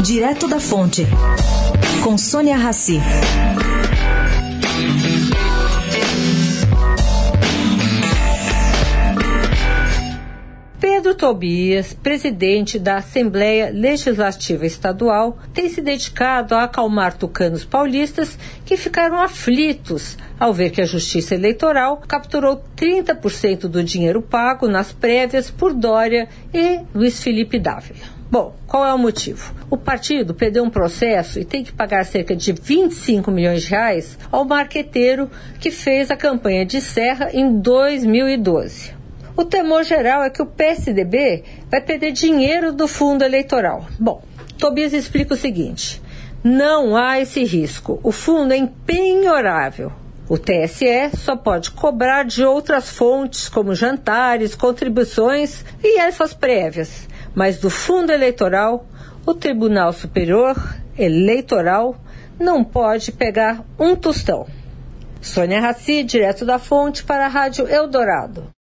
Direto da Fonte, com Sônia Rassi. Pedro Tobias, presidente da Assembleia Legislativa Estadual, tem se dedicado a acalmar tucanos paulistas que ficaram aflitos ao ver que a Justiça Eleitoral capturou 30% do dinheiro pago nas prévias por Dória e Luiz Felipe Dávila. Bom, qual é o motivo? O partido perdeu um processo e tem que pagar cerca de 25 milhões de reais ao marqueteiro que fez a campanha de Serra em 2012. O temor geral é que o PSDB vai perder dinheiro do fundo eleitoral. Bom, Tobias explica o seguinte: não há esse risco. O fundo é impenhorável. O TSE só pode cobrar de outras fontes, como jantares, contribuições e ervas prévias. Mas do fundo eleitoral, o Tribunal Superior Eleitoral não pode pegar um tostão. Sônia Rassi, direto da Fonte, para a Rádio Eldorado.